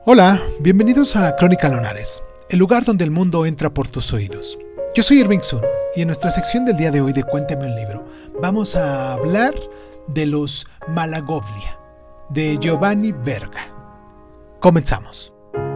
Hola, bienvenidos a Crónica Lunares, el lugar donde el mundo entra por tus oídos. Yo soy Irving Sun y en nuestra sección del día de hoy de Cuéntame un libro vamos a hablar de los Malagoglia, de Giovanni Verga. Comenzamos.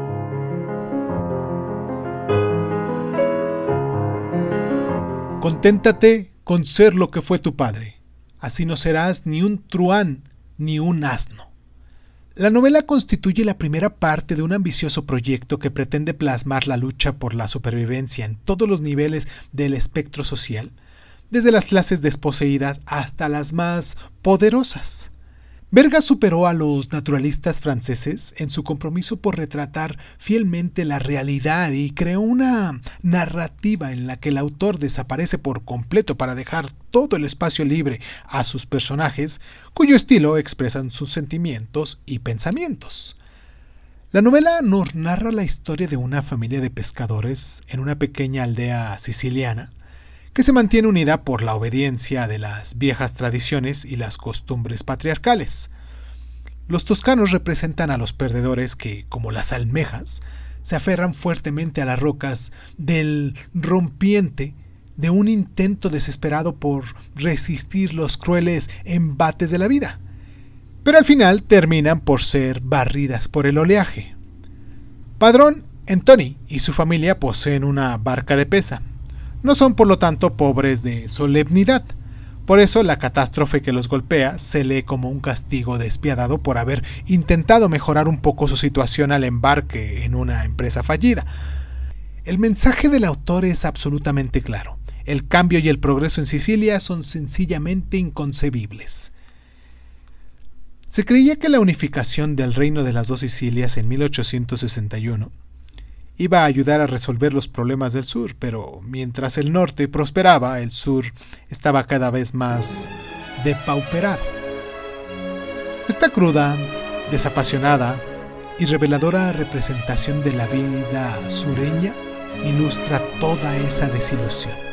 Conténtate con ser lo que fue tu padre, así no serás ni un truán ni un asno. La novela constituye la primera parte de un ambicioso proyecto que pretende plasmar la lucha por la supervivencia en todos los niveles del espectro social, desde las clases desposeídas hasta las más poderosas. Verga superó a los naturalistas franceses en su compromiso por retratar fielmente la realidad y creó una narrativa en la que el autor desaparece por completo para dejar todo el espacio libre a sus personajes, cuyo estilo expresan sus sentimientos y pensamientos. La novela nos narra la historia de una familia de pescadores en una pequeña aldea siciliana que se mantiene unida por la obediencia de las viejas tradiciones y las costumbres patriarcales. Los toscanos representan a los perdedores que, como las almejas, se aferran fuertemente a las rocas del rompiente de un intento desesperado por resistir los crueles embates de la vida, pero al final terminan por ser barridas por el oleaje. Padrón Antoni y su familia poseen una barca de pesa. No son por lo tanto pobres de solemnidad. Por eso la catástrofe que los golpea se lee como un castigo despiadado por haber intentado mejorar un poco su situación al embarque en una empresa fallida. El mensaje del autor es absolutamente claro. El cambio y el progreso en Sicilia son sencillamente inconcebibles. Se creía que la unificación del reino de las dos Sicilias en 1861 iba a ayudar a resolver los problemas del sur, pero mientras el norte prosperaba, el sur estaba cada vez más depauperado. Esta cruda, desapasionada y reveladora representación de la vida sureña ilustra toda esa desilusión.